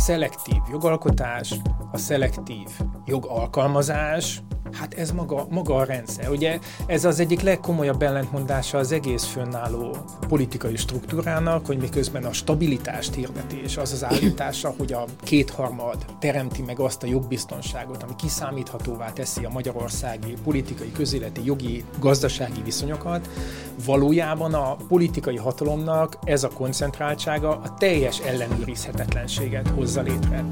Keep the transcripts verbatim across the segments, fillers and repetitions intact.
szelektív jogalkotás, a szelektív jogalkalmazás, hát ez maga, maga a rendszer. Ugye ez az egyik legkomolyabb ellentmondása az egész fönnálló politikai struktúrának, hogy miközben a stabilitást hirdeti, és az az állítása, hogy a kétharmad teremti meg azt a jogbiztonságot, ami kiszámíthatóvá teszi a magyarországi politikai, közéleti, jogi, gazdasági viszonyokat, valójában a politikai hatalomnak ez a koncentráltsága a teljes ellenőrizhetetlenséget hozza létre.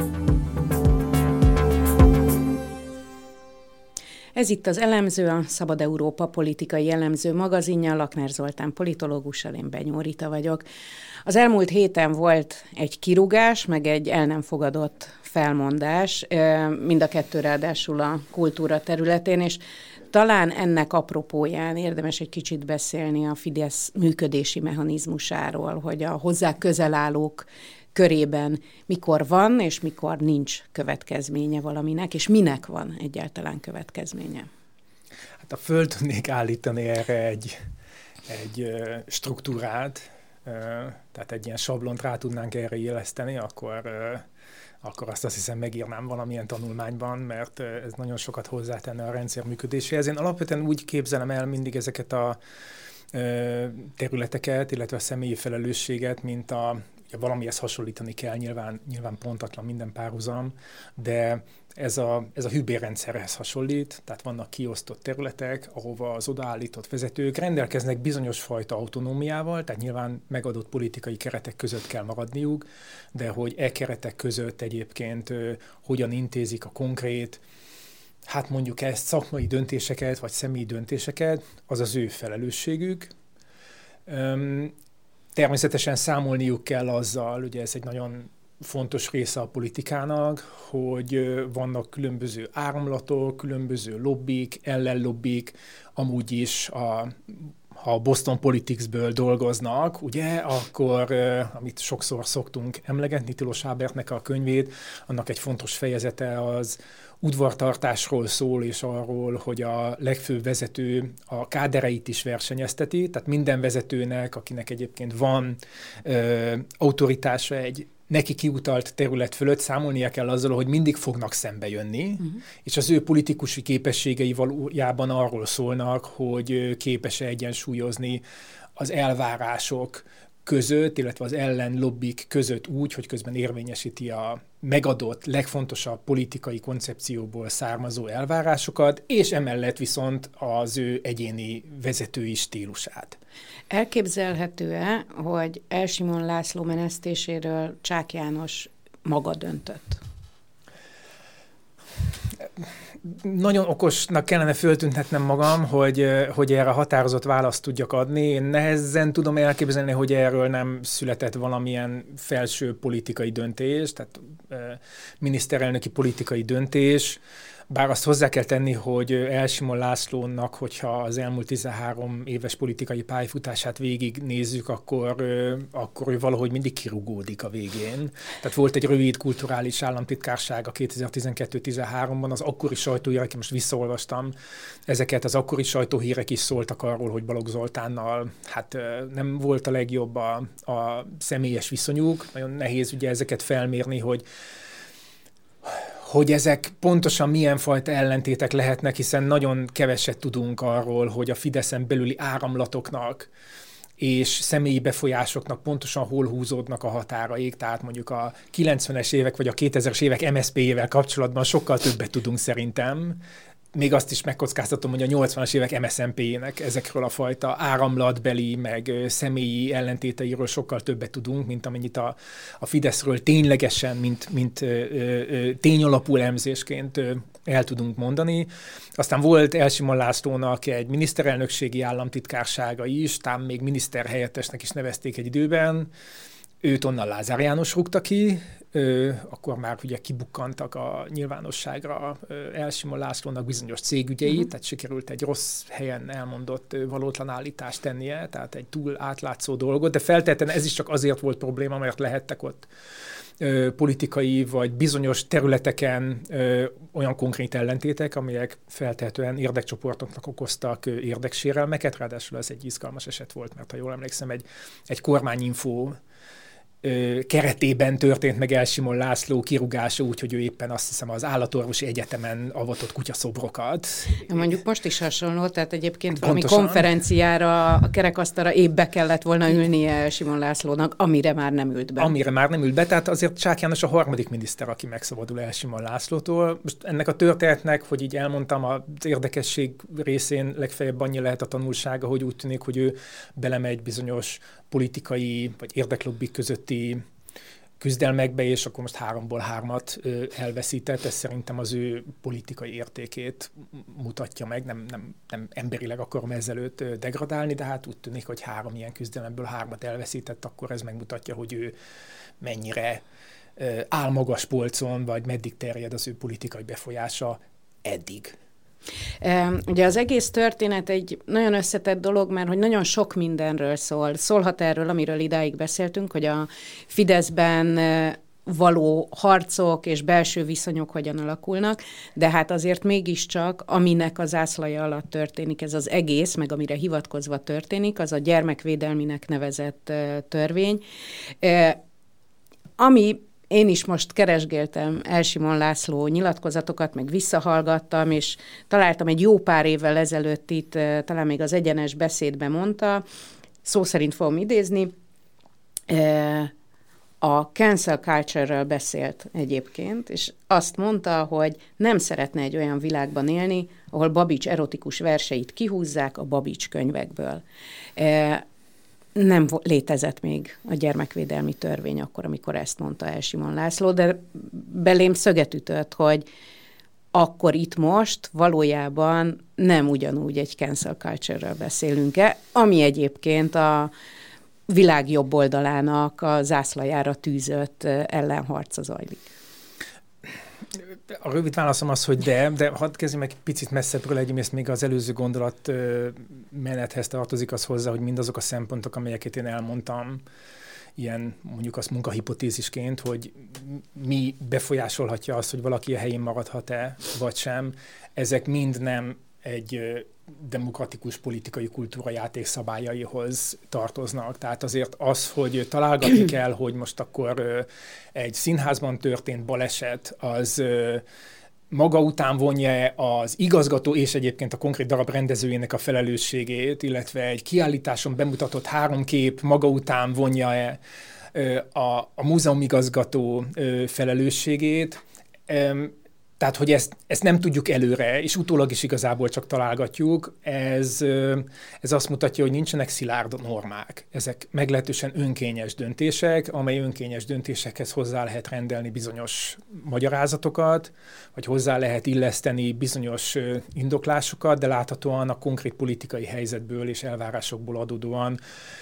Ez itt az Elemző, a Szabad Európa politikai elemző magazinja, Lakner Zoltán politológussal, én Benyó Rita vagyok. Az elmúlt héten volt egy kirúgás, meg egy el nem fogadott felmondás, mind a kettő ráadásul a kultúra területén, és talán ennek apropóján érdemes egy kicsit beszélni a Fidesz működési mechanizmusáról, hogy a hozzá közel állók körében mikor van, és mikor nincs következménye valaminek, és minek van egyáltalán következménye. Hát ha föl tudnék állítani erre egy, egy struktúrát, tehát egy ilyen sablont rá tudnánk erre éleszteni, akkor, akkor azt azt hiszem megírnám valamilyen tanulmányban, mert ez nagyon sokat hozzátenne a rendszer működéséhez. Én alapvetően úgy képzelem el mindig ezeket a területeket, illetve a személyi felelősséget, mint a valamihez hasonlítani kell, nyilván, nyilván pontatlan minden párhuzam, de ez a, ez a hűbérrendszerhez hasonlít, tehát vannak kiosztott területek, ahova az odaállított vezetők rendelkeznek bizonyos fajta autonómiával, tehát nyilván megadott politikai keretek között kell maradniuk, de hogy e keretek között egyébként ö, hogyan intézik a konkrét, hát mondjuk ezt szakmai döntéseket, vagy személyi döntéseket, az az ő felelősségük. Öm, Természetesen számolniuk kell azzal, ugye ez egy nagyon fontos része a politikának, hogy vannak különböző áramlatok, különböző lobbik, ellenlobbik, amúgy is a ha a Boston Politicsből dolgoznak, ugye, akkor, amit sokszor szoktunk emlegetni, Tilos Ábertnek a könyvét, annak egy fontos fejezete az udvartartásról szól, és arról, hogy a legfőbb vezető a kádereit is versenyezteti, tehát minden vezetőnek, akinek egyébként van ö, autoritása egy neki kiutalt terület fölött, számolnia kell azzal, hogy mindig fognak szembe jönni, uh-huh. és az ő politikusi képességei valójában arról szólnak, hogy képes-e egyensúlyozni az elvárások között, illetve az ellenlobbik között úgy, hogy közben érvényesíti a megadott, legfontosabb politikai koncepcióból származó elvárásokat, és emellett viszont az ő egyéni vezetői stílusát. Elképzelhető-e, hogy Elsimon László menesztéséről Csák János maga döntött? Nagyon okosnak kellene föltüntetnem magam, hogy, hogy erre határozott választ tudjak adni. Én nehezen tudom elképzelni, hogy erről nem született valamilyen felső politikai döntés, tehát e, miniszterelnöki politikai döntés. Bár azt hozzá kell tenni, hogy Elsimon Lászlónak, hogyha az elmúlt tizenhárom éves politikai pályafutását végignézzük, akkor, akkor ő valahogy mindig kirúgódik a végén. Tehát volt egy rövid kulturális államtitkársága kétezer-tizenkettő-tizenháromban, az akkori sajtóhírek, most visszaolvastam, ezeket az akkori sajtóhírek is szóltak arról, hogy Balogh Zoltánnal hát nem volt a legjobb a, a személyes viszonyuk. Nagyon nehéz ugye ezeket felmérni, hogy hogy ezek pontosan milyen fajta ellentétek lehetnek, hiszen nagyon keveset tudunk arról, hogy a Fideszen belüli áramlatoknak és személyi befolyásoknak pontosan hol húzódnak a határaik, tehát mondjuk a kilencvenes évek vagy a kétezres évek em es zé pé-jével kapcsolatban sokkal többet tudunk szerintem. Még azt is megkockáztatom, hogy a nyolcvanas évek em es zé en pé-jének ezekről a fajta áramlatbeli, meg személyi ellentéteiről sokkal többet tudunk, mint amennyit a, a Fideszről ténylegesen, mint, mint ö, ö, tényalapú elemzésként ö, el tudunk mondani. Aztán volt Elsimon Lászlónak egy miniszterelnökségi államtitkársága is, talán még miniszterhelyettesnek is nevezték egy időben. Őt onnan Lázár János rúgta ki, ö, akkor már ugye kibukkantak a nyilvánosságra Elsimon Lászlónak bizonyos cégügyei, uh-huh. tehát sikerült egy rossz helyen elmondott valótlan állítást tennie, tehát egy túl átlátszó dolgot, de feltétlenül ez is csak azért volt probléma, mert lehettek ott ö, politikai vagy bizonyos területeken ö, olyan konkrét ellentétek, amelyek feltehetően érdekcsoportoknak okoztak ö, érdeksérelmeket, ráadásul ez egy izgalmas eset volt, mert ha jól emlékszem, egy, egy kormányinfó keretében történt meg El Simon László kirúgása, úgyhogy ő éppen azt hiszem az Állatorvosi Egyetemen avatott kutyaszobrokat. Mondjuk most is hasonló, tehát egyébként Pontosan. valami konferenciára, a kerekasztalra évbe kellett volna ülnie El Simon Lászlónak, amire már nem ült be. Amire már nem ült be, tehát azért Csák János a harmadik miniszter, aki megszabadul El Simon Lászlótól. Most ennek a történetnek, hogy így elmondtam, az érdekesség részén legfeljebb annyi lehet a tanulsága, hogy úgy tűnik, hogy ő belemegy bizonyos politikai vagy érdeklobbik közötti küzdelmekbe, és akkor most háromból hármat elveszített. Ez szerintem az ő politikai értékét mutatja meg. Nem, nem, nem emberileg akarom ezelőtt degradálni, de hát úgy tűnik, hogy három ilyen küzdelemből hármat elveszített, akkor ez megmutatja, hogy ő mennyire áll magas polcon, vagy meddig terjed az ő politikai befolyása eddig. Ugye az egész történet egy nagyon összetett dolog, mert hogy nagyon sok mindenről szól. Szólhat erről, amiről idáig beszéltünk, hogy a Fideszben való harcok és belső viszonyok hogyan alakulnak, de hát azért mégiscsak, aminek az zászlaja alatt történik ez az egész, meg amire hivatkozva történik, az a gyermekvédelminek nevezett törvény, ami én is most keresgéltem El Simon László nyilatkozatokat, meg visszahallgattam, és találtam egy jó pár évvel ezelőtt itt, talán még az Egyenes Beszédben mondta, szó szerint fogom idézni, a cancel culture-ről beszélt egyébként, és azt mondta, hogy nem szeretne egy olyan világban élni, ahol Babics erotikus verseit kihúzzák a Babics könyvekből. Nem létezett még a gyermekvédelmi törvény akkor, amikor ezt mondta El Simon László, de belém szöget ütött, hogy akkor itt most valójában nem ugyanúgy egy cancel culture-ről beszélünk-e, ami egyébként a világ jobb oldalának a zászlajára tűzött ellenharca zajlik. A rövid válaszom az, hogy de, de hadd kezdjem meg picit messzebbről, egyrészt még az előző gondolat menethez tartozik az hozzá, hogy mindazok a szempontok, amelyeket én elmondtam, ilyen mondjuk azt munkahipotézisként, hogy mi befolyásolhatja azt, hogy valaki a helyén maradhat-e, vagy sem, ezek mind nem egy demokratikus politikai kultúra játékszabályaihoz tartoznak. Tehát azért az, hogy találgatni kell, hogy most akkor egy színházban történt baleset, az maga után vonja az igazgató és egyébként a konkrét darab rendezőjének a felelősségét, illetve egy kiállításon bemutatott három kép maga után vonja a, a múzeumigazgató felelősségét. Tehát, hogy ezt, ezt nem tudjuk előre, és utólag is igazából csak találgatjuk, ez, ez azt mutatja, hogy nincsenek szilárd normák. Ezek meglehetősen önkényes döntések, amely önkényes döntésekhez hozzá lehet rendelni bizonyos magyarázatokat, vagy hozzá lehet illeszteni bizonyos indoklásokat, de láthatóan a konkrét politikai helyzetből és elvárásokból adódóan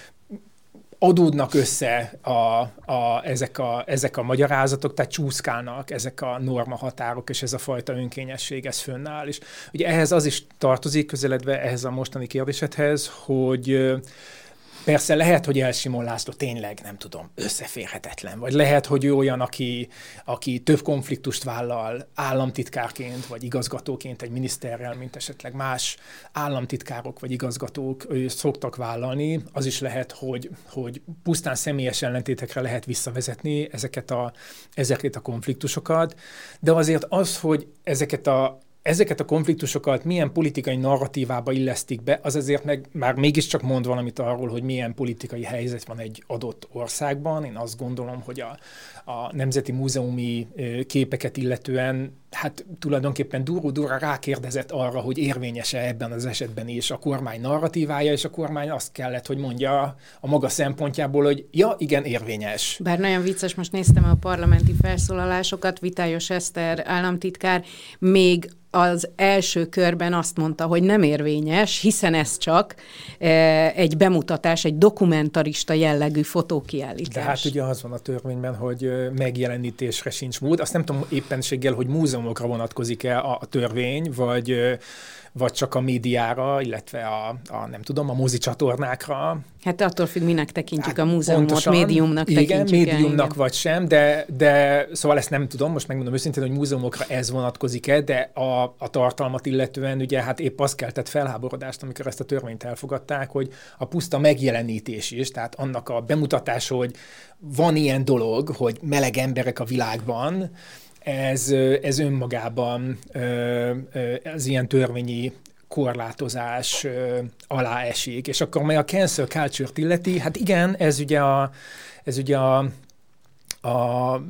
adódnak össze a, a, ezek, a, ezek a magyarázatok, tehát csúszkálnak ezek a norma határok, és ez a fajta önkényesség, ez fönnáll. És ugye ehhez az is tartozik, közeledve ehhez a mostani kérdésedhez, hogy persze lehet, hogy El Simon László tényleg, nem tudom, összeférhetetlen, vagy lehet, hogy ő olyan, aki, aki több konfliktust vállal államtitkárként, vagy igazgatóként egy miniszterrel, mint esetleg más államtitkárok, vagy igazgatók szoktak vállalni. Az is lehet, hogy, hogy pusztán személyes ellentétekre lehet visszavezetni ezeket a, ezeket a konfliktusokat, de azért az, hogy ezeket a Ezeket a konfliktusokat milyen politikai narratívába illesztik be, az azért meg már mégiscsak mond valamit arról, hogy milyen politikai helyzet van egy adott országban. Én azt gondolom, hogy a, a nemzeti múzeumi képeket illetően hát tulajdonképpen duró-durra rákérdezett arra, hogy érvényes-e ebben az esetben is a kormány narratívája, és a kormány azt kellett, hogy mondja a maga szempontjából, hogy ja, igen, érvényes. Bár nagyon vicces, most néztem a parlamenti felszólalásokat, Vitályos Eszter államtitkár még az első körben azt mondta, hogy nem érvényes, hiszen ez csak egy bemutatás, egy dokumentarista jellegű fotókiállítás. De hát ugye az van a törvényben, hogy megjelenítésre sincs mód. Azt nem tudom éppenséggel, hogy múzeum múzeumokra vonatkozik-e a, a törvény, vagy, vagy csak a médiára, illetve a, a nem tudom, a mozicsatornákra. Hát attól függ, minek tekintjük hát, a múzeumot, pontosan, médiumnak igen, tekintjük médiumnak el, vagy sem, de, de szóval ezt nem tudom, most megmondom őszintén, hogy múzeumokra ez vonatkozik-e, de a, a tartalmat illetően ugye hát épp az keltett felháborodást, amikor ezt a törvényt elfogadták, hogy a puszta megjelenítés is, tehát annak a bemutatása, hogy van ilyen dolog, hogy meleg emberek a világban, ez, ez önmagában az ilyen törvényi korlátozás alá esik. És akkor mely a cancel culture-t illeti, hát igen, ez ugye a, ez ugye a a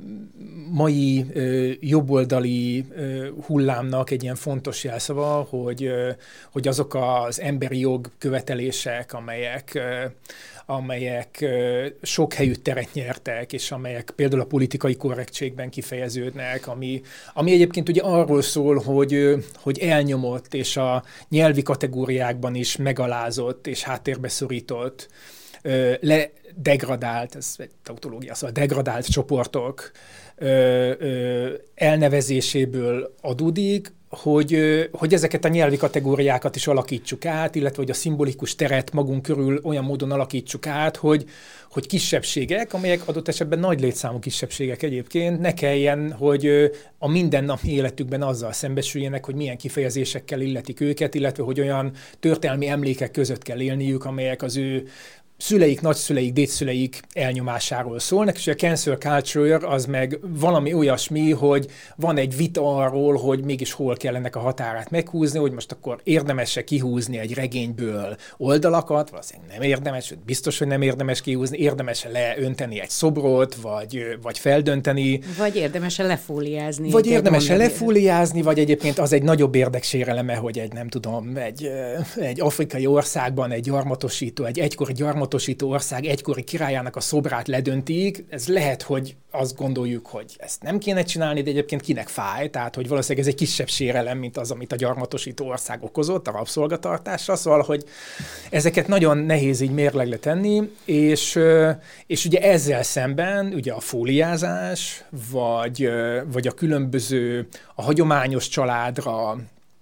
mai ö, jobboldali ö, hullámnak egy ilyen fontos jelszava, hogy, ö, hogy azok az emberi jogkövetelések, amelyek, ö, amelyek ö, sok helyütt teret nyertek, és amelyek például a politikai korrektségben kifejeződnek, ami, ami egyébként ugye arról szól, hogy, ö, hogy elnyomott, és a nyelvi kategóriákban is megalázott, és háttérbe szorított, ö, le degradált, ez egy tautológia, szóval degradált csoportok ö, ö, elnevezéséből adódik, hogy, ö, hogy ezeket a nyelvi kategóriákat is alakítsuk át, illetve hogy a szimbolikus teret magunk körül olyan módon alakítsuk át, hogy, hogy kisebbségek, amelyek adott esetben nagy létszámú kisebbségek egyébként, ne kelljen, hogy ö, a mindennapi életükben azzal szembesüljenek, hogy milyen kifejezésekkel illetik őket, illetve hogy olyan történelmi emlékek között kell élniük, amelyek az ő szüleik, nagyszüleik, dédszüleik elnyomásáról szólnak, és a cancel culture az meg valami olyasmi, hogy van egy vita arról, hogy mégis hol kell ennek a határát meghúzni, hogy most akkor érdemes-e kihúzni egy regényből oldalakat, valószínűleg nem érdemes, biztos, hogy nem érdemes kihúzni, érdemes-e leönteni egy szobrot, vagy, vagy feldönteni. Vagy érdemes-e lefóliázni. Vagy érdemes-e lefóliázni, vagy egyébként az egy nagyobb érdekséreleme, hogy egy, nem tudom, egy, egy afrikai országban egy gyarmatosító, egy egykori gyarmatosító ország egykori királyának a szobrát ledöntik. Ez lehet, hogy azt gondoljuk, hogy ezt nem kéne csinálni, de egyébként kinek fáj, tehát hogy valószínűleg ez egy kisebb sérelem, mint az, amit a gyarmatosító ország okozott a rabszolgatartásra, szóval, hogy ezeket nagyon nehéz így mérlegre tenni, és, és ugye ezzel szemben ugye a fóliázás, vagy, vagy a különböző, a hagyományos családra,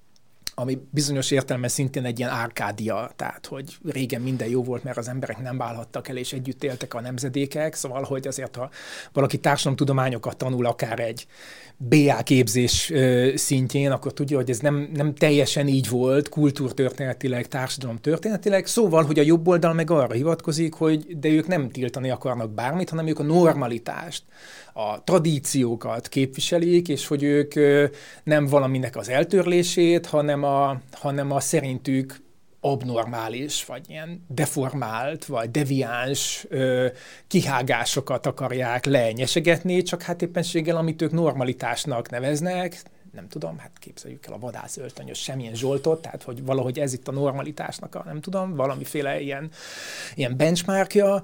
ami bizonyos értelemben szintén egy ilyen Árkádia, tehát hogy régen minden jó volt, mert az emberek nem válhattak el, és együtt éltek a nemzedékek, szóval, hogy azért, ha valaki társadalomtudományokat tanul, akár egy bé á képzés szintjén, akkor tudja, hogy ez nem, nem teljesen így volt kultúrtörténetileg, társadalomtörténetileg, szóval, hogy a jobb oldal meg arra hivatkozik, hogy de ők nem tiltani akarnak bármit, hanem ők a normalitást, a tradíciókat képviselik, és hogy ők nem valaminek az eltörlését, hanem a, hanem a szerintük abnormális, vagy ilyen deformált, vagy deviáns ö, kihágásokat akarják lenyesegetni, csak hát éppenséggel, amit ők normalitásnak neveznek, nem tudom, hát képzeljük el a vadászöltönyös semmilyen Zsoltot, tehát hogy valahogy ez itt a normalitásnak a, nem tudom, valamiféle ilyen, ilyen benchmarkja.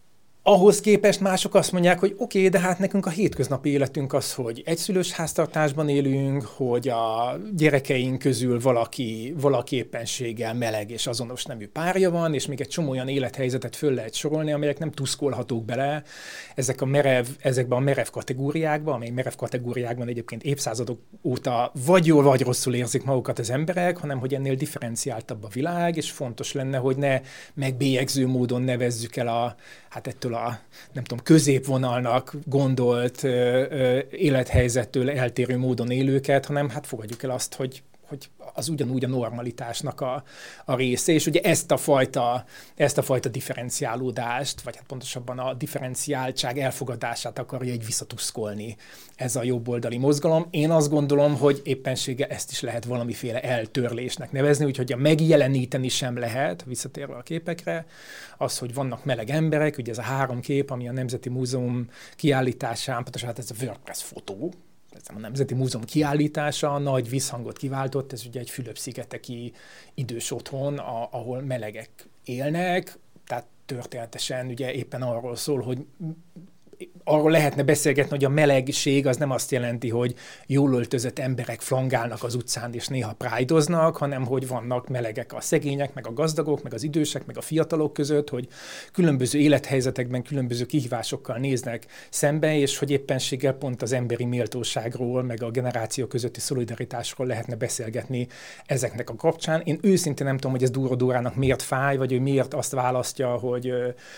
Ahhoz képest mások azt mondják, hogy oké, okay, de hát nekünk a hétköznapi életünk az, hogy egyszülős háztartásban élünk, hogy a gyerekeink közül valaki, valaki éppenséggel meleg és azonos nemű párja van, és még egy csomó olyan élethelyzetet föl lehet sorolni, amelyek nem tuszkolhatók bele ezek a merev, ezekben a merev kategóriákban, amely merev kategóriákban egyébként évszázadok óta vagy jól, vagy rosszul érzik magukat az emberek, hanem hogy ennél differenciáltabb a világ, és fontos lenne, hogy ne megbélyegző módon nevezzük el a, hát ettől a, nem tudom, középvonalnak gondolt ö, ö, élethelyzettől eltérő módon élőket, hanem hát fogadjuk el azt, hogy, hogy az ugyanúgy a normalitásnak a, a része, és ugye ezt a fajta, ezt a fajta differenciálódást, vagy hát pontosabban a differenciáltság elfogadását akarja így visszatuszkolni ez a jobboldali mozgalom. Én azt gondolom, hogy éppenséggel ezt is lehet valamiféle eltörlésnek nevezni, úgyhogy a megjeleníteni sem lehet, visszatérve a képekre, az, hogy vannak meleg emberek, ugye ez a három kép, ami a Nemzeti Múzeum kiállításán, pontosan hát ez a WordPress fotó, a Nemzeti Múzeum kiállítása nagy visszhangot kiváltott, ez ugye egy Fülöp-szigeteki idős otthon, a, ahol melegek élnek, tehát történetesen ugye éppen arról szól, hogy arról lehetne beszélgetni, hogy a melegség az nem azt jelenti, hogy jól öltözött emberek flangálnak az utcán, és néha prájdoznak, hanem hogy vannak melegek a szegények, meg a gazdagok, meg az idősek, meg a fiatalok között, hogy különböző élethelyzetekben különböző kihívásokkal néznek szembe, és hogy éppenséggel pont az emberi méltóságról, meg a generáció közötti szolidaritásról lehetne beszélgetni ezeknek a kapcsán. Én őszintén nem tudom, hogy ez Dúró Dórának miért fáj, vagy ő miért azt választja, hogy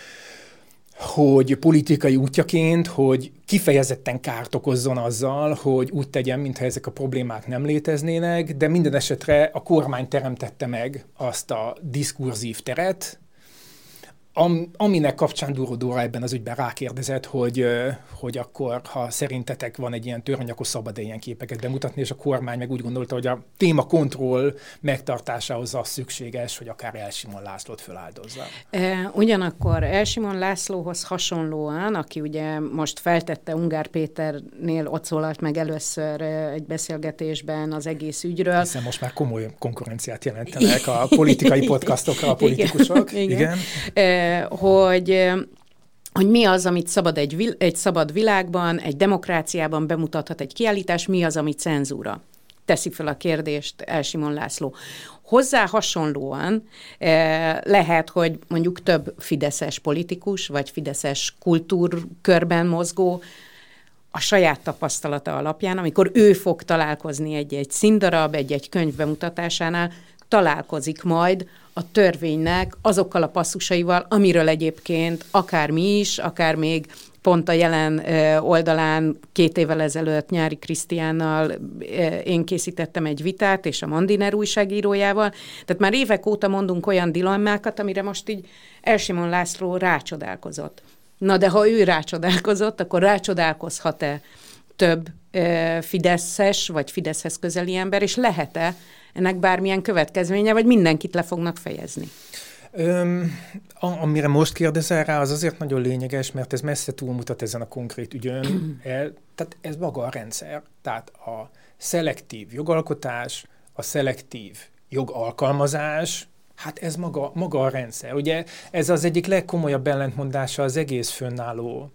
hogy politikai útjaként, hogy kifejezetten kárt okozzon azzal, hogy úgy tegyen, mintha ezek a problémák nem léteznének, de minden esetre a kormány teremtette meg azt a diskurzív teret, Am, aminek kapcsán Dúró Dóra ebben az ügyben rákérdezett, hogy, hogy akkor, ha szerintetek van egy ilyen törvény, akkor szabad-e ilyen képeket bemutatni, és a kormány meg úgy gondolta, hogy a téma kontroll megtartásához az szükséges, hogy akár Elsimon Lászlót föláldozza. Ugyanakkor Elsimon Lászlóhoz hasonlóan, aki ugye most feltette Ungár Péternél, ott szólalt meg először egy beszélgetésben az egész ügyről. Hiszen most már komoly konkurenciát jelentenek a politikai podcastokra a politikusok. Igen. Igen. Igen. Hogy, hogy mi az, amit szabad egy, egy szabad világban, egy demokráciában bemutathat egy kiállítás, mi az, ami cenzúra. Teszi fel a kérdést Elsimon László. Hozzá hasonlóan lehet, hogy mondjuk több fideszes politikus, vagy fideszes kultúrkörben mozgó a saját tapasztalata alapján, amikor ő fog találkozni egy-egy színdarab, egy-egy könyv bemutatásánál, találkozik majd a törvénynek azokkal a passzusaival, amiről egyébként akár mi is, akár még pont a Jelen oldalán két évvel ezelőtt Nyári Krisztiánnal én készítettem egy vitát, és a Mandiner újságírójával. Tehát már évek óta mondunk olyan dilemmákat, amire most így Elsimon László rácsodálkozott. Na de ha ő rácsodálkozott, akkor rácsodálkozhat-e több fideszes vagy Fideszhez közeli ember, és lehet-e ennek bármilyen következménye, vagy mindenkit le fognak fejezni? Öm, amire most kérdezel rá, az azért nagyon lényeges, mert ez messze túlmutat ezen a konkrét ügyön. El, tehát ez maga a rendszer. Tehát a szelektív jogalkotás, a szelektív jogalkalmazás, hát ez maga, maga a rendszer. Ugye ez az egyik legkomolyabb ellentmondása az egész fönnálló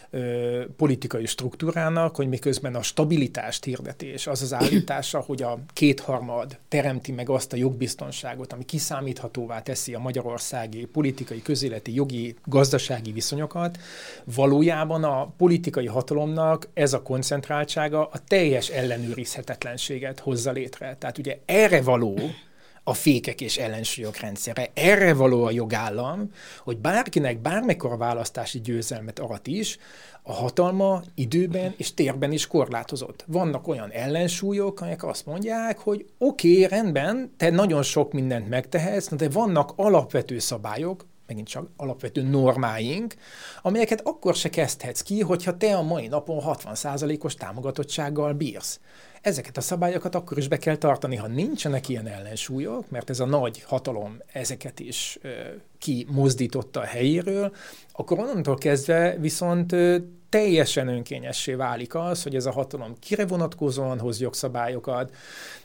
ö, politikai struktúrának, hogy miközben a stabilitást hirdetés, az az állítása, hogy a kétharmad teremti meg azt a jogbiztonságot, ami kiszámíthatóvá teszi a magyarországi politikai, közéleti, jogi, gazdasági viszonyokat, valójában a politikai hatalomnak ez a koncentráltsága a teljes ellenőrizhetetlenséget hozza létre. Tehát ugye erre való a fékek és ellensúlyok rendszere. Erre való a jogállam, hogy bárkinek bármikor választási győzelmet arat is, a hatalma időben és térben is korlátozott. Vannak olyan ellensúlyok, amelyek azt mondják, hogy oké, okay, rendben, te nagyon sok mindent megtehetsz, de vannak alapvető szabályok, megint csak alapvető normáink, amelyeket akkor se kezdhetsz ki, hogyha te a mai napon hatvan százalékos támogatottsággal bírsz. Ezeket a szabályokat akkor is be kell tartani, ha nincsenek ilyen ellensúlyok, mert ez a nagy hatalom ezeket is ö, kimozdította a helyéről, akkor onnantól kezdve viszont ö, teljesen önkényessé válik az, hogy ez a hatalom kire vonatkozóan hoz jogszabályokat,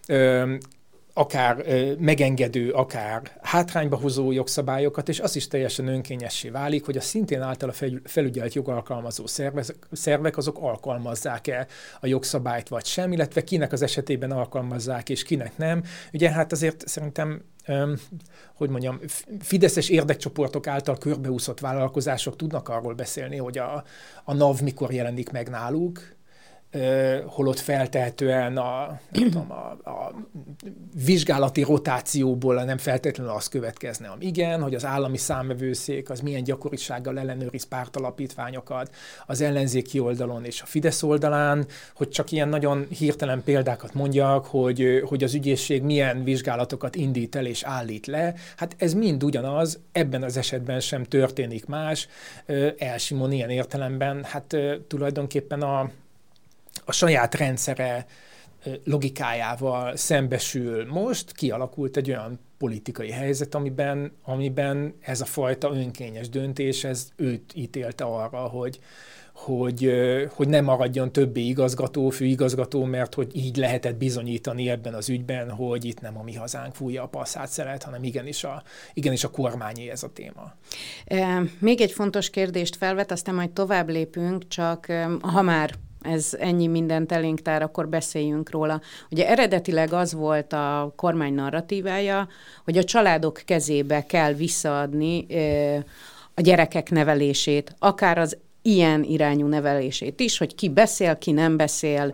ö, akár ö, megengedő, akár hátrányba hozó jogszabályokat, és az is teljesen önkényessé válik, hogy a szintén általa felügyelt jogalkalmazó szervek, szervek azok alkalmazzák-e a jogszabályt vagy sem, illetve kinek az esetében alkalmazzák, és kinek nem. Ugye hát azért szerintem, öm, hogy mondjam, fideszes érdekcsoportok által körbeúszott vállalkozások tudnak arról beszélni, hogy a, a NAV mikor jelenik meg náluk, Uh, holott feltehetően a, tudom, a, a vizsgálati rotációból nem feltétlenül az következne, ami igen, hogy az állami számvevőszék az milyen gyakorisággal ellenőriz pártalapítványokat az ellenzéki oldalon és a Fidesz oldalán, hogy csak ilyen nagyon hirtelen példákat mondjak, hogy, hogy az ügyészség milyen vizsgálatokat indít el és állít le. Hát ez mind ugyanaz, ebben az esetben sem történik más. Uh, Elsimon ilyen értelemben, hát uh, tulajdonképpen a a saját rendszere logikájával szembesül most, kialakult egy olyan politikai helyzet, amiben, amiben ez a fajta önkényes döntés, ez őt ítélte arra, hogy, hogy, hogy ne maradjon többé igazgató, főigazgató, mert hogy így lehetett bizonyítani ebben az ügyben, hogy itt nem a mi hazánk fújja a passzát hanem igenis a, igenis a kormányé ez a téma. Még egy fontos kérdést felvet, aztán majd tovább lépünk, csak ha már ez ennyi mindent elénk tár, akkor beszéljünk róla. Ugye eredetileg az volt a kormány narratívája, hogy a családok kezébe kell visszaadni a gyerekek nevelését, akár az ilyen irányú nevelését is, hogy ki beszél, ki nem beszél,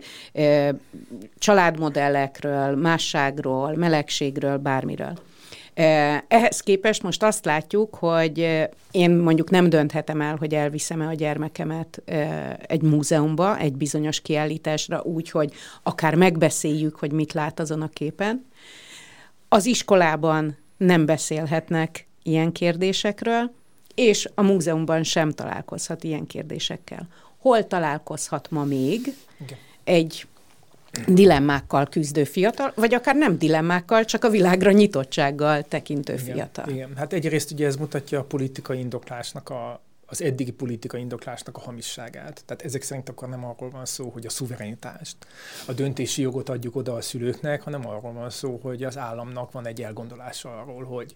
családmodellekről, másságról, melegségről, bármiről. Ehhez képest most azt látjuk, hogy én mondjuk nem dönthetem el, hogy elviszem-e a gyermekemet egy múzeumba, egy bizonyos kiállításra, úgy, hogy akár megbeszéljük, hogy mit lát azon a képen. Az iskolában nem beszélhetnek ilyen kérdésekről, és a múzeumban sem találkozhat ilyen kérdésekkel. Hol találkozhat ma még okay. egy dilemmákkal küzdő fiatal, vagy akár nem dilemmákkal, csak a világra nyitottsággal tekintő igen, fiatal. Igen, hát egyrészt ugye ez mutatja a politikai indoklásnak, a, az eddigi politikai indoklásnak a hamisságát. Tehát ezek szerint akkor nem arról van szó, hogy a szuverenitást, a döntési jogot adjuk oda a szülőknek, hanem arról van szó, hogy az államnak van egy elgondolása arról, hogy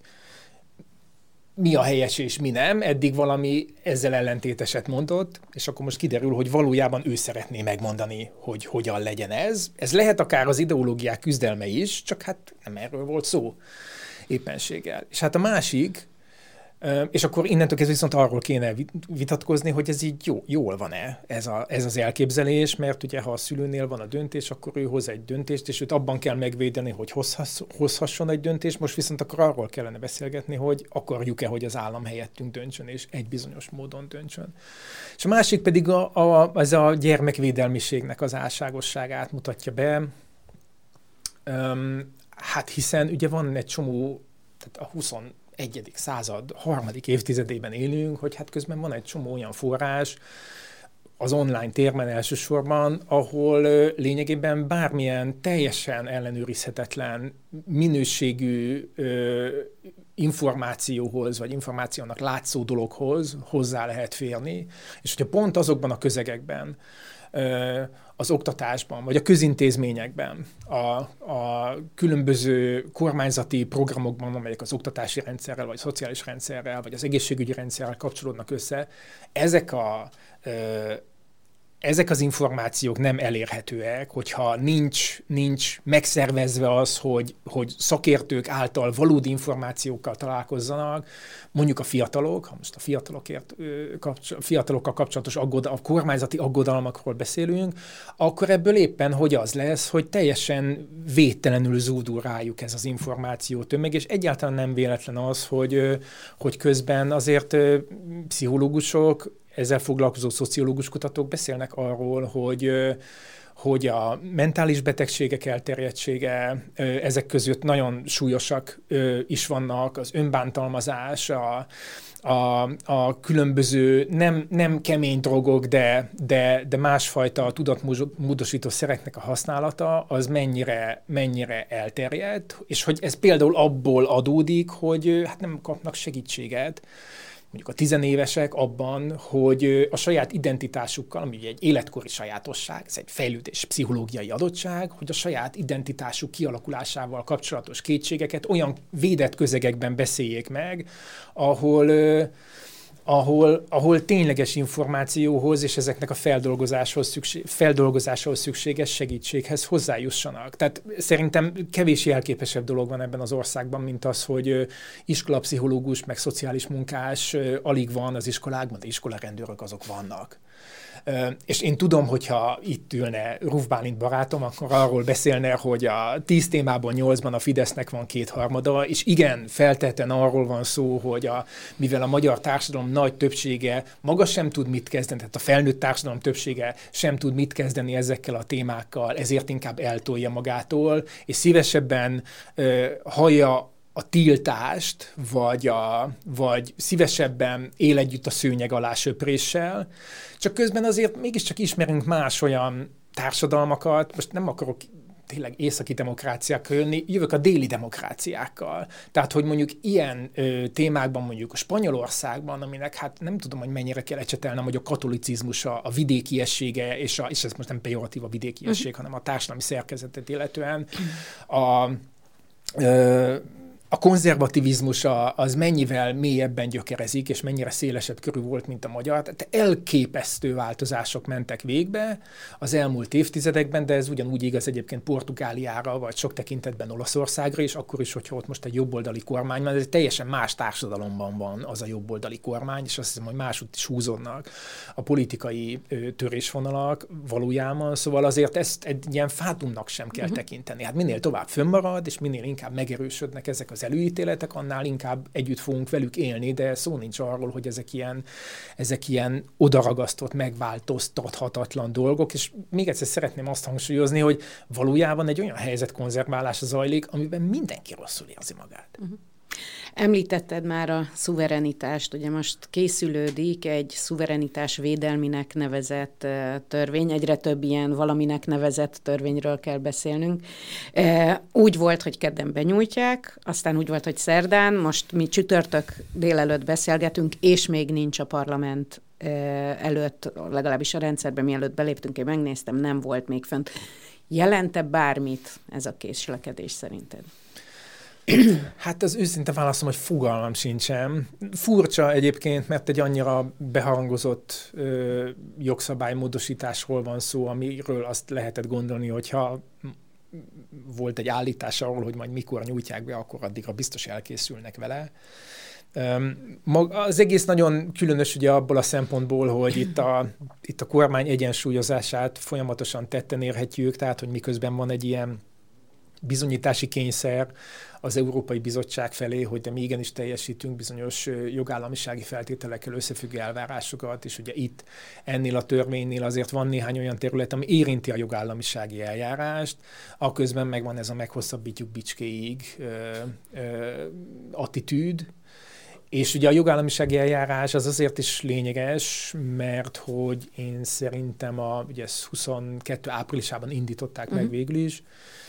mi a helyes és mi nem, eddig valami ezzel ellentéteset mondott, és akkor most kiderül, hogy valójában ő szeretné megmondani, hogy hogyan legyen ez. Ez lehet akár az ideológiák küzdelme is, csak hát nem erről volt szó éppenséggel. És hát a másik, és akkor innentől kezdve viszont arról kéne vitatkozni, hogy ez így jó, jól van-e ez, a, ez az elképzelés, mert ugye ha a szülőnél van a döntés, akkor ő hoz egy döntést, és őt abban kell megvédeni, hogy hozhass, hozhasson egy döntést, most viszont akkor arról kellene beszélgetni, hogy akarjuk-e, hogy az állam helyettünk döntsön, és egy bizonyos módon döntsön. És a másik pedig a, a, ez a gyermekvédelmiségnek az álságosságát mutatja be. Um, hát hiszen ugye van egy csomó, tehát a huszonegyedik század harmadik évtizedében élünk, hogy hát közben van egy csomó olyan forrás, az online térben elsősorban, ahol lényegében bármilyen teljesen ellenőrizhetetlen minőségű ö, információhoz, vagy információnak látszó dologhoz hozzá lehet férni, és hogyha pont azokban a közegekben, ö, az oktatásban, vagy a közintézményekben, a, a különböző kormányzati programokban, amelyek az oktatási rendszerrel, vagy a szociális rendszerrel, vagy az egészségügyi rendszerrel kapcsolódnak össze, ezek a ö, Ezek az információk nem elérhetőek, hogyha nincs, nincs megszervezve az, hogy, hogy szakértők által valódi információkkal találkozzanak, mondjuk a fiatalok, ha most a fiatalokért, fiatalokkal kapcsolatos aggodal, a kormányzati aggodalmakról beszélünk, akkor ebből éppen hogy az lesz, hogy teljesen védtelenül zúdul rájuk ez az információ tömeg, és egyáltalán nem véletlen az, hogy, hogy közben azért pszichológusok, ezzel foglalkozó szociológus kutatók beszélnek arról, hogy, hogy a mentális betegségek elterjedtsége, ezek között nagyon súlyosak is vannak, az önbántalmazás, a, a, a különböző nem, nem kemény drogok, de, de, de másfajta tudatmódosító szereknek a használata, az mennyire, mennyire elterjedt, és hogy ez például abból adódik, hogy hát nem kapnak segítséget, mondjuk a tizenévesek abban, hogy a saját identitásukkal, ami egy életkori sajátosság, ez egy fejlődés pszichológiai adottság, hogy a saját identitásuk kialakulásával kapcsolatos kétségeket olyan védett közegekben beszéljék meg, ahol, ahol, ahol tényleges információhoz és ezeknek a feldolgozáshoz, szükség, feldolgozáshoz szükséges segítséghez hozzájussanak. Tehát szerintem kevés jelképesebb dolog van ebben az országban, mint az, hogy iskolapszichológus, meg szociális munkás alig van az iskolákban, de iskolarendőrök azok vannak. És én tudom, hogyha itt ülne Ruf Bálint barátom, akkor arról beszélne, hogy a tíz témában nyolcban a Fidesznek van kétharmada, és igen, feltétlen arról van szó, hogy a, mivel a magyar társadalom nagy többsége maga sem tud mit kezdeni, tehát a felnőtt társadalom többsége sem tud mit kezdeni ezekkel a témákkal, ezért inkább eltolja magától, és szívesebben uh, hallja a tiltást, vagy, a, vagy szívesebben él együtt a szőnyeg alá söpréssel, csak közben azért mégiscsak ismerünk más olyan társadalmakat, most nem akarok tényleg északi demokráciákkal jönni, jövök a déli demokráciákkal. Tehát, hogy mondjuk ilyen ö, témákban, mondjuk a Spanyolországban, aminek hát nem tudom, hogy mennyire kell ecsetelnem, hogy a katolicizmus, a, a vidékiessége, és, a, és ez most nem pejoratív a vidékiesség, uh-huh. hanem a társadalmi szerkezetet illetően a ö, a konzervativizmus az mennyivel mélyebben gyökerezik, és mennyire szélesebb körű volt, mint a magyar. Tehát elképesztő változások mentek végbe az elmúlt évtizedekben, de ez ugyanúgy igaz egyébként Portugáliára, vagy sok tekintetben Olaszországra is, akkor is, hogyha ott most egy jobboldali kormány van, ez egy teljesen más társadalomban van az a jobboldali kormány, és azt hiszem, hogy másút is húzódnak a politikai ö, törésvonalak valójában. Szóval azért ezt egy ilyen fátumnak sem kell uh-huh. tekinteni. Hát minél tovább fönnmarad, és minél inkább megerősödnek ezek az előítéletek, annál inkább együtt fogunk velük élni, de szó nincs arról, hogy ezek ilyen, ezek ilyen odaragasztott, megváltoztathatatlan dolgok, és még egyszer szeretném azt hangsúlyozni, hogy valójában egy olyan helyzet konzerválása zajlik, amiben mindenki rosszul érzi magát. Uh-huh. Említetted már a szuverenitást, ugye most készülődik egy szuverenitás védelminek nevezett törvény, egyre több ilyen valaminek nevezett törvényről kell beszélnünk. Úgy volt, hogy kedden benyújtják, aztán úgy volt, hogy szerdán, most mi csütörtök délelőtt beszélgetünk, és még nincs a parlament előtt, legalábbis a rendszerben, mielőtt beléptünk, én megnéztem, nem volt még fönt. Jelent-e bármit ez a késlekedés szerinted? Hát az őszinte válaszom, hogy fogalmam sincsen. Furcsa egyébként, mert egy annyira beharangozott ö, jogszabálymódosításról van szó, amiről azt lehetett gondolni, hogyha volt egy állítás arról, hogy majd mikor nyújtják be, akkor addigra biztos elkészülnek vele. Az egész nagyon különös ugye abból a szempontból, hogy itt a, itt a kormány egyensúlyozását folyamatosan tetten érhetjük, tehát hogy miközben van egy ilyen bizonyítási kényszer az Európai Bizottság felé, hogy de mi igenis teljesítünk bizonyos jogállamisági feltételekkel összefüggő elvárásokat, és ugye itt ennél a törvénynél azért van néhány olyan terület, ami érinti a jogállamisági eljárást, aközben megvan ez a meghosszabbítjuk bicskéig ö, ö, attitűd, és ugye a jogállamisági eljárás az azért is lényeges, mert hogy én szerintem a, ugye ezt huszonkettő áprilisában indították uh-huh. meg végül is,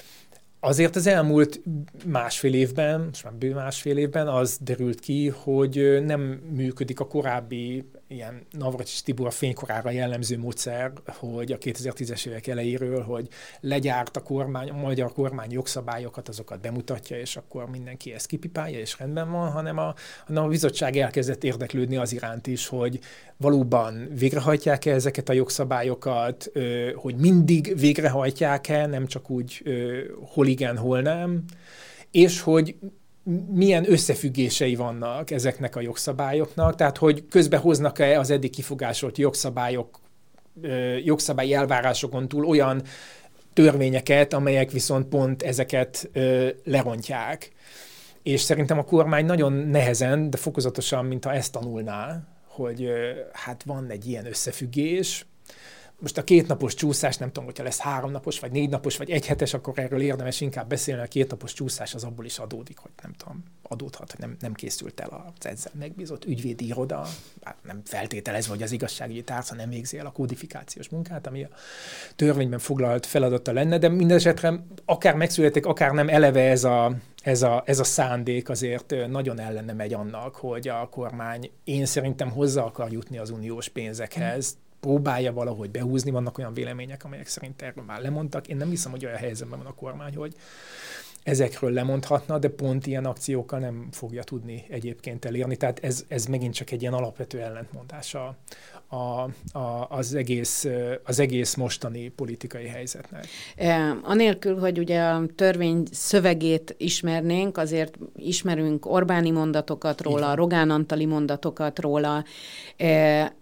azért az elmúlt másfél évben, most már bő másfél évben az derült ki, hogy nem működik a korábbi ilyen Navracsics Tibor fénykorára jellemző módszer, hogy a kétezer-tízes évek elejéről, hogy legyárt a kormány, a magyar kormány jogszabályokat, azokat bemutatja, és akkor mindenki ezt kipipálja, és rendben van, hanem a, hanem a bizottság elkezdett érdeklődni az iránt is, hogy valóban végrehajtják-e ezeket a jogszabályokat, hogy mindig végrehajtják-e, nem csak úgy hol igen, hol nem, és hogy milyen összefüggései vannak ezeknek a jogszabályoknak, tehát hogy közbe hoznak-e az eddig kifogásolt jogszabályok, jogszabályi elvárásokon túl olyan törvényeket, amelyek viszont pont ezeket lerontják. És szerintem a kormány nagyon nehezen, de fokozatosan, mintha ezt tanulná, hogy hát van egy ilyen összefüggés. Most a kétnapos csúszás, nem tudom, hogyha lesz háromnapos, vagy négy napos, vagy egy hetes, akkor erről érdemes inkább beszélni. A kétnapos csúszás az abból is adódik, hogy nem tudom, adódhat, hogy nem, nem készült el az ezzel megbízott ügyvédi iroda, hát nem feltételezve, hogy az igazságügyi tárca nem végzi el a kódifikációs munkát, ami a törvényben foglalt feladata lenne, de mindesetre akár megszületik, akár nem, eleve ez a, ez a, ez a szándék azért nagyon ellene megy annak, hogy a kormány én szerintem hozzá akar jutni az uniós pénzekhez, próbálja valahogy behúzni, vannak olyan vélemények, amelyek szerint erről már lemondtak. Én nem hiszem, hogy olyan helyzetben van a kormány, hogy ezekről lemondhatna, de pont ilyen akciókkal nem fogja tudni egyébként elérni. Tehát ez, ez megint csak egy ilyen alapvető ellentmondása a, a, az, egész, az egész mostani politikai helyzetnek. E, anélkül, hogy ugye a törvény szövegét ismernénk, azért ismerünk Orbáni mondatokat róla, Rogán Antali mondatokat róla, e,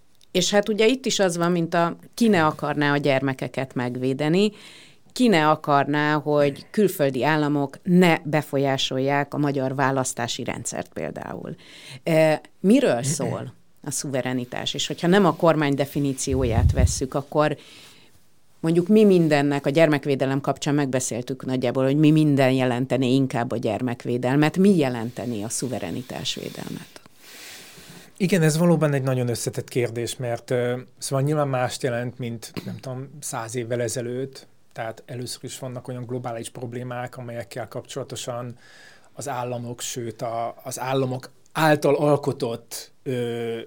és hát ugye itt is az van, mint a ki ne akarná a gyermekeket megvédeni, ki ne akarná, hogy külföldi államok ne befolyásolják a magyar választási rendszert például. Miről szól a szuverenitás? És hogyha nem a kormány definícióját vesszük, akkor mondjuk mi mindennek, a gyermekvédelem kapcsán megbeszéltük nagyjából, hogy mi minden jelentené inkább a gyermekvédelmet, mi jelenteni a szuverenitásvédelmet? Igen, ez valóban egy nagyon összetett kérdés, mert uh, szóval nyilván mást jelent, mint nem tudom, száz évvel ezelőtt. Tehát először is vannak olyan globális problémák, amelyekkel kapcsolatosan az államok, sőt a, az államok által alkotott ö,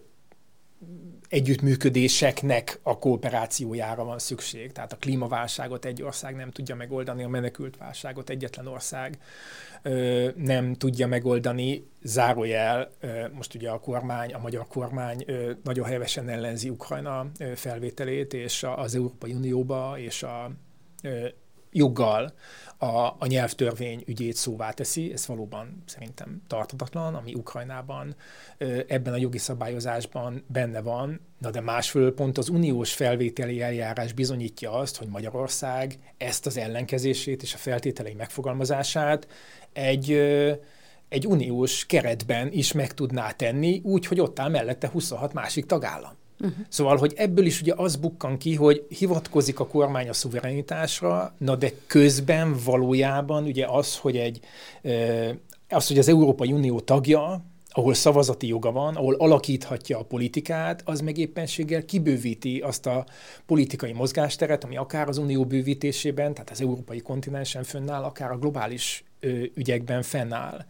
együttműködéseknek a kooperációjára van szükség. Tehát a klímaválságot egy ország nem tudja megoldani, a menekültválságot egyetlen ország ö, nem tudja megoldani. Zárójel, ö, most ugye a kormány, a magyar kormány ö, nagyon hevesen ellenzi Ukrajna ö, felvételét, és a, az Európai Unióba, és a ö, joggal a, a nyelvtörvény ügyét szóvá teszi. Ez valóban szerintem tarthatatlan, ami Ukrajnában ebben a jogi szabályozásban benne van. Na de másfelől pont az uniós felvételi eljárás bizonyítja azt, hogy Magyarország ezt az ellenkezését és a feltételei megfogalmazását egy, egy uniós keretben is meg tudná tenni, úgy, hogy ott áll mellette huszonhat másik tagállam. Uh-huh. Szóval, hogy ebből is ugye az bukkan ki, hogy hivatkozik a kormány a szuverenitásra, na de közben valójában ugye az, hogy egy, az, hogy az Európai Unió tagja, ahol szavazati joga van, ahol alakíthatja a politikát, az meg éppenséggel kibővíti azt a politikai mozgásteret, ami akár az unió bővítésében, tehát az európai kontinensen fönnáll, akár a globális ügyekben fennáll.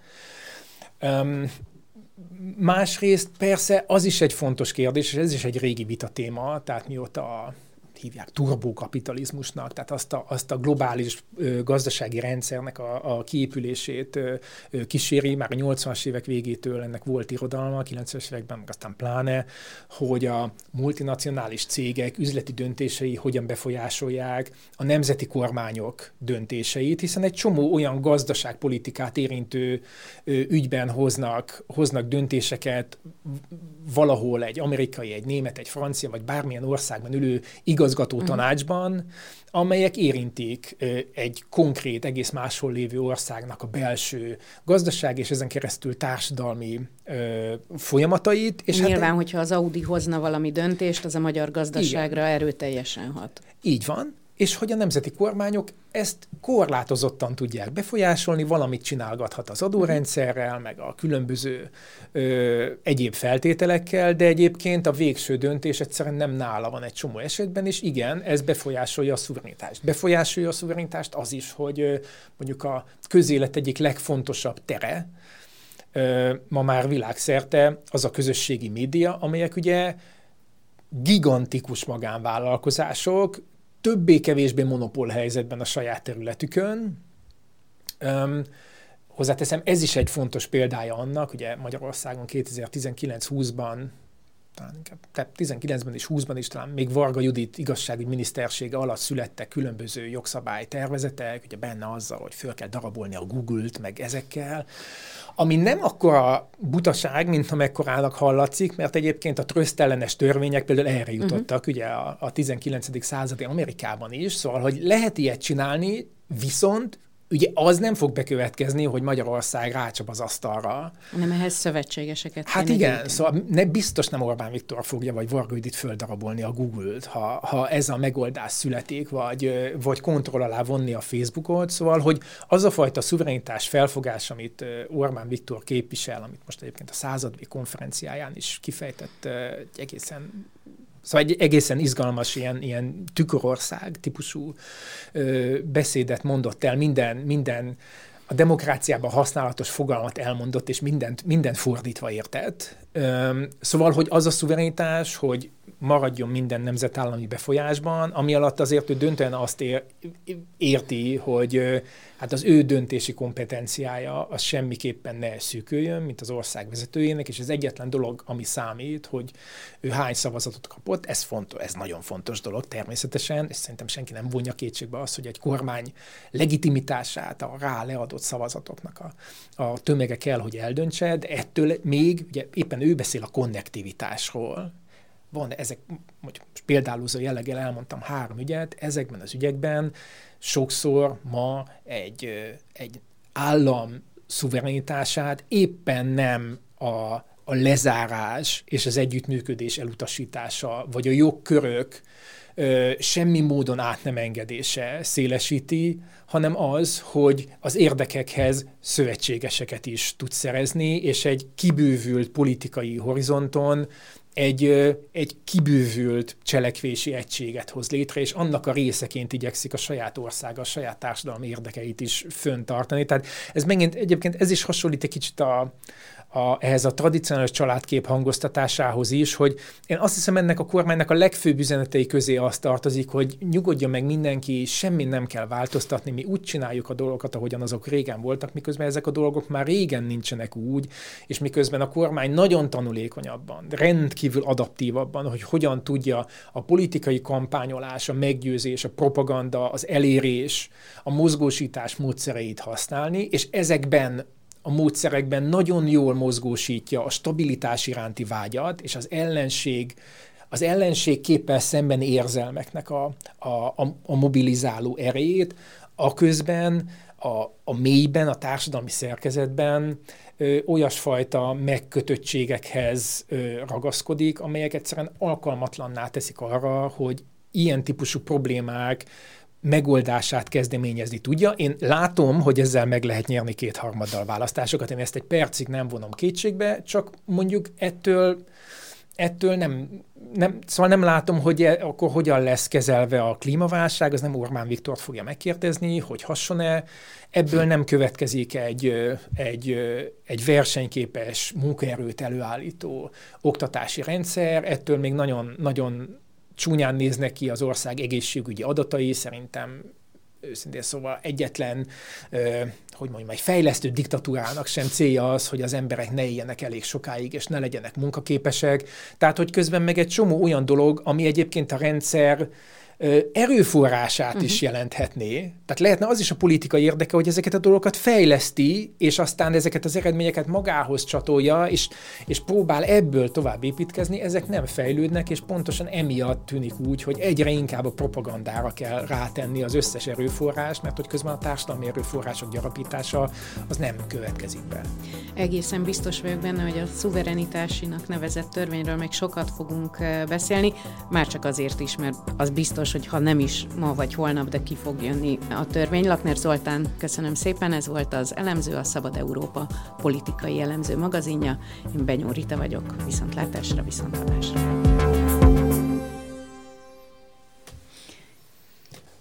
Um, Másrészt persze az is egy fontos kérdés, és ez is egy régi vita téma, tehát mióta hívják turbokapitalizmusnak, tehát azt a, azt a globális ö, gazdasági rendszernek a, a kiépülését ö, ö, kíséri, már a nyolcvanas évek végétől ennek volt irodalma, a kilencvenes években, meg aztán pláne, hogy a multinacionális cégek üzleti döntései hogyan befolyásolják a nemzeti kormányok döntéseit, hiszen egy csomó olyan gazdaságpolitikát érintő ö, ügyben hoznak, hoznak döntéseket valahol egy amerikai, egy német, egy francia, vagy bármilyen országban ülő igazgató tanácsban, amelyek érintik egy konkrét, egész máshol lévő országnak a belső gazdaság, és ezen keresztül társadalmi ö, folyamatait. És nyilván, hát, hogyha az Audi hozna valami döntést, az a magyar gazdaságra igen. erőteljesen hat. Így van, és hogy a nemzeti kormányok ezt korlátozottan tudják befolyásolni, valamit csinálgathat az adórendszerrel, meg a különböző ö, egyéb feltételekkel, de egyébként a végső döntés egyszerűen nem nála van egy csomó esetben, és igen, ez befolyásolja a szuverenitást. Befolyásolja a szuverenitást az is, hogy ö, mondjuk a közélet egyik legfontosabb tere, ö, ma már világszerte az a közösségi média, amelyek ugye gigantikus magánvállalkozások, többé-kevésbé monopól helyzetben a saját területükön. Um, hozzáteszem, ez is egy fontos példája annak, ugye Magyarországon kétezer-tizenkilenc-húszban, talán inkább tizenkilencben és húszban is talán még Varga Judit igazságügyi minisztersége alatt születtek különböző jogszabálytervezetek, ugye benne azzal, hogy föl kell darabolni a Google-t, meg ezekkel, ami nem akkora butaság, mint amekkorának hallatszik, mert egyébként a trösztellenes törvények például erre jutottak, uh-huh. ugye a, a tizenkilencedik századi Amerikában is, szóval, hogy lehet ilyet csinálni, viszont ugye az nem fog bekövetkezni, hogy Magyarország rácsap az asztalra. Nem, ehhez szövetségeseket. Hát igen, gyűjteni. Szóval ne, biztos nem Orbán Viktor fogja, vagy Varga Judit földarabolni a Google-t, ha, ha ez a megoldás születik, vagy, vagy kontroll alá vonni a Facebookot. Szóval, hogy az a fajta szuverenitás felfogás, amit Orbán Viktor képvisel, amit most egyébként a századvi konferenciáján is kifejtett egy egészen Szóval egy egészen izgalmas ilyen, ilyen tükörország típusú ö, beszédet mondott el, minden, minden a demokráciában használatos fogalmat elmondott, és mindent, mindent fordítva értett. Ö, szóval, hogy az a szuverenitás, hogy maradjon minden nemzetállami befolyásban, ami alatt azért ő döntően azt ér, érti, hogy hát az ő döntési kompetenciája az semmiképpen ne szűküljön, mint az ország vezetőjének, és ez egyetlen dolog, ami számít, hogy ő hány szavazatot kapott, ez fontos, ez nagyon fontos dolog természetesen, és szerintem senki nem vonja kétségbe azt, hogy egy kormány legitimitását a rá leadott szavazatoknak a, a tömege kell, hogy eldöntse, de ettől még, ugye éppen ő beszél a konnektivitásról. Van ezek, hogy példálózó jelleggel elmondtam három ügyet, ezekben az ügyekben sokszor ma egy, egy állam szuverenitását éppen nem a, a lezárás és az együttműködés elutasítása, vagy a jogkörök ö, semmi módon át nem engedése szélesíti, hanem az, hogy az érdekekhez szövetségeseket is tud szerezni, és egy kibővült politikai horizonton egy, egy kibővült cselekvési egységet hoz létre, és annak a részeként igyekszik a saját országa, a saját társadalmi érdekeit is föntartani. Tehát ez megint egyébként ez is hasonlít egy kicsit a, a, ehhez a tradicionális családkép hangoztatásához is, hogy én azt hiszem, ennek a kormánynak a legfőbb üzenetei közé az tartozik, hogy nyugodjon meg mindenki, semmi nem kell változtatni, mi úgy csináljuk a dolgokat, ahogyan azok régen voltak, miközben ezek a dolgok már régen nincsenek úgy, és miközben a kormány nagyon tanulékonyabban, rendkívül adaptívabban, hogy hogyan tudja a politikai kampányolás, a meggyőzés, a propaganda, az elérés, a mozgósítás módszereit használni, és ezekben a módszerekben nagyon jól mozgósítja a stabilitás iránti vágyat, és az ellenség, az ellenség képpel szemben érzelmeknek a, a, a, a mobilizáló erejét, aközben a, a mélyben, a társadalmi szerkezetben ö, olyasfajta megkötöttségekhez ö, ragaszkodik, amelyek egyszerűen alkalmatlanná teszik arra, hogy ilyen típusú problémák megoldását kezdeményezni tudja. Én látom, hogy ezzel meg lehet nyerni kétharmaddal választásokat, én ezt egy percig nem vonom kétségbe, csak mondjuk ettől, ettől nem, nem, szóval nem látom, hogy e, akkor hogyan lesz kezelve a klímaválság, az nem Orbán Viktort fogja megkérdezni, hogy hasson-e, ebből nem következik egy, egy, egy versenyképes munkaerőt előállító oktatási rendszer, ettől még nagyon, nagyon csúnyán néznek ki az ország egészségügyi adatai, szerintem őszintén szóval egyetlen, hogy mondjam, egy fejlesztő diktatúrának sem célja az, hogy az emberek ne éljenek elég sokáig, és ne legyenek munkaképesek. Tehát, hogy közben meg egy csomó olyan dolog, ami egyébként a rendszer erőforrását uh-huh. is jelenthetné. Tehát lehetne az is a politikai érdeke, hogy ezeket a dolgokat fejleszti, és aztán ezeket az eredményeket magához csatolja, és, és próbál ebből tovább építkezni, ezek nem fejlődnek, és pontosan emiatt tűnik úgy, hogy egyre inkább a propagandára kell rátenni az összes erőforrást, mert hogy közben a társadalmi erőforrások gyarapítása az nem következik be. Egészen biztos vagyok benne, hogy a szuverenitásinak nevezett törvényről még sokat fogunk beszélni, már csak azért is, mert az biztos, hogy ha nem is ma vagy holnap, de ki fog jönni a törvény. Lakner Zoltán, köszönöm szépen, ez volt az Elemző, a Szabad Európa politikai elemző magazinja. Én Benyó Rita vagyok, viszontlátásra, viszonthallásra.